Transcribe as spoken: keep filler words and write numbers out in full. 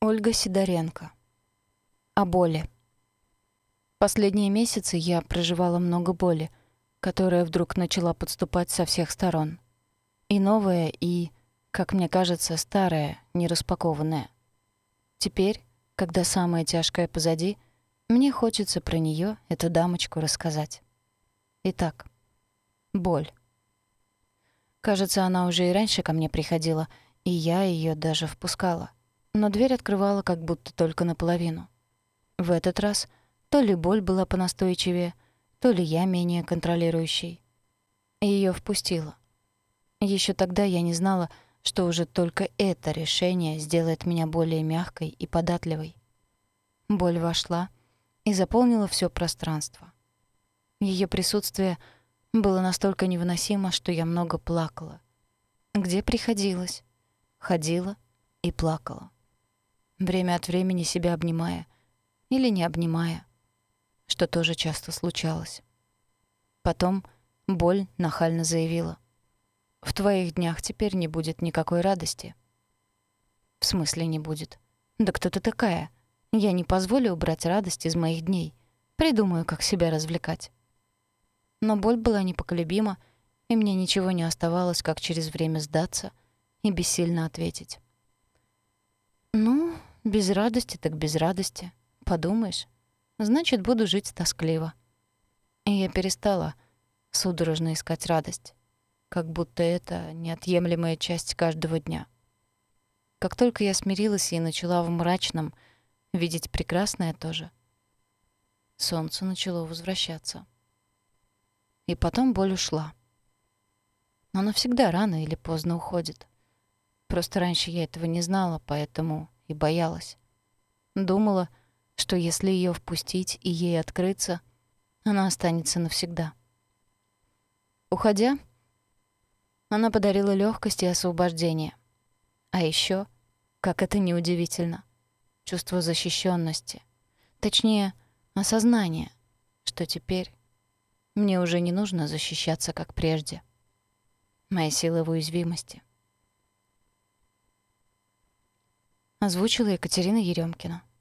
Ольга Сидоренко. О боли. Последние месяцы я проживала много боли, которая вдруг начала подступать со всех сторон. И новая, и, как мне кажется, старая, нераспакованная. Теперь, когда самое тяжкое позади, мне хочется про неё, эту дамочку, рассказать. Итак, боль. Кажется, она уже и раньше ко мне приходила, и я её даже впускала. Но дверь открывала как будто только наполовину. В этот раз то ли боль была понастойчивее, то ли я менее контролирующий. Её впустила. Ещё тогда я не знала, что уже только это решение сделает меня более мягкой и податливой. Боль вошла и заполнила всё пространство. Её присутствие было настолько невыносимо, что я много плакала. Где приходилось. Ходила и плакала. Время от времени себя обнимая или не обнимая, что тоже часто случалось. Потом боль нахально заявила: «В твоих днях теперь не будет никакой радости». В смысле не будет? Да кто ты такая? Я не позволю убрать радость из моих дней. Придумаю, как себя развлекать. Но боль была непоколебима, и мне ничего не оставалось, как через время сдаться и бессильно ответить. «Ну, без радости так без радости. Подумаешь, значит, буду жить тоскливо». И я перестала судорожно искать радость, как будто это неотъемлемая часть каждого дня. Как только я смирилась и начала в мрачном видеть прекрасное тоже, солнце начало возвращаться. И потом боль ушла. Она всегда рано или поздно уходит. Просто раньше я этого не знала, поэтому и боялась. Думала, что если её впустить и ей открыться, она останется навсегда. Уходя, она подарила лёгкость и освобождение. А ещё, как это ни удивительно, чувство защищённости. Точнее, осознание, что теперь мне уже не нужно защищаться, как прежде. Моя сила в уязвимости. Озвучила Екатерина Ерёмкина.